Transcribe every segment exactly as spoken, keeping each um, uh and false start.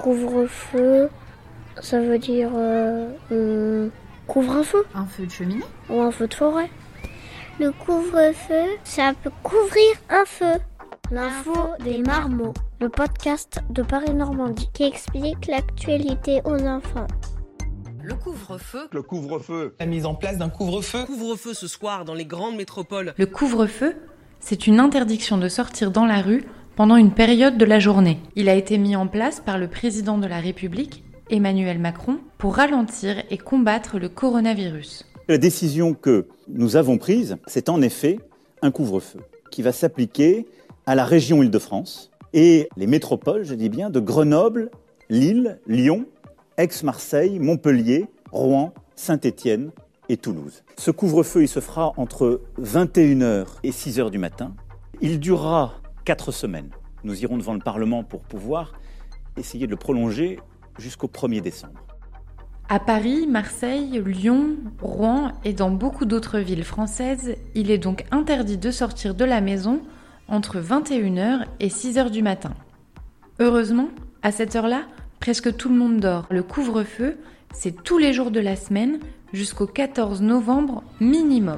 Couvre-feu, ça veut dire euh, on couvre un feu. Un feu de cheminée ? Ou un feu de forêt. Le couvre-feu, ça peut couvrir un feu. L'info des marmots, le podcast de Paris-Normandie qui explique l'actualité aux enfants. Le couvre-feu. Le couvre-feu. La mise en place d'un couvre-feu. Couvre-feu ce soir dans les grandes métropoles. Le couvre-feu, c'est une interdiction de sortir dans la rue pendant une période de la journée. Il a été mis en place par le président de la République, Emmanuel Macron, pour ralentir et combattre le coronavirus. La décision que nous avons prise, c'est en effet un couvre-feu qui va s'appliquer à la région Île-de-France et les métropoles, je dis bien, de Grenoble, Lille, Lyon, Aix-Marseille, Montpellier, Rouen, Saint-Étienne et Toulouse. Ce couvre-feu, il se fera entre vingt et une heures et six heures du matin. Il durera quatre semaines. Nous irons devant le Parlement pour pouvoir essayer de le prolonger jusqu'au premier décembre. À Paris, Marseille, Lyon, Rouen et dans beaucoup d'autres villes françaises, il est donc interdit de sortir de la maison entre vingt et une heures et six heures du matin. Heureusement, à cette heure-là, presque tout le monde dort. Le couvre-feu, c'est tous les jours de la semaine jusqu'au quatorze novembre minimum.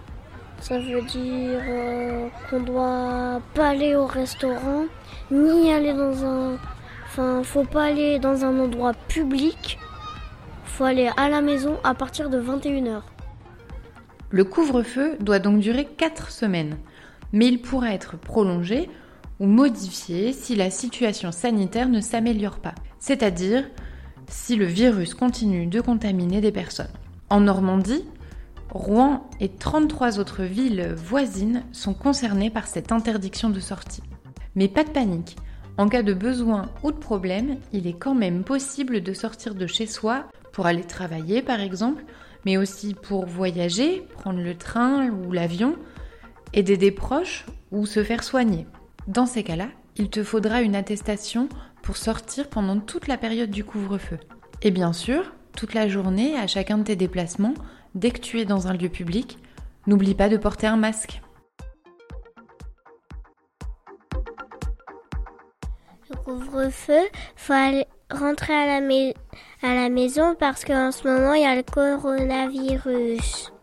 Ça veut dire euh, qu'on doit pas aller au restaurant, ni aller dans un... Enfin, faut pas aller dans un endroit public. Faut aller à la maison à partir de vingt et une heures. Le couvre-feu doit donc durer quatre semaines, mais il pourra être prolongé ou modifié si la situation sanitaire ne s'améliore pas, c'est-à-dire si le virus continue de contaminer des personnes. En Normandie, Rouen et trente-trois autres villes voisines sont concernées par cette interdiction de sortie. Mais pas de panique, en cas de besoin ou de problème, il est quand même possible de sortir de chez soi pour aller travailler par exemple, mais aussi pour voyager, prendre le train ou l'avion, aider des proches ou se faire soigner. Dans ces cas-là, il te faudra une attestation pour sortir pendant toute la période du couvre-feu. Et bien sûr, toute la journée, à chacun de tes déplacements, dès que tu es dans un lieu public, n'oublie pas de porter un masque. Le couvre-feu, faut aller rentrer à la, mais- à la maison parce qu'en ce moment, il y a le coronavirus.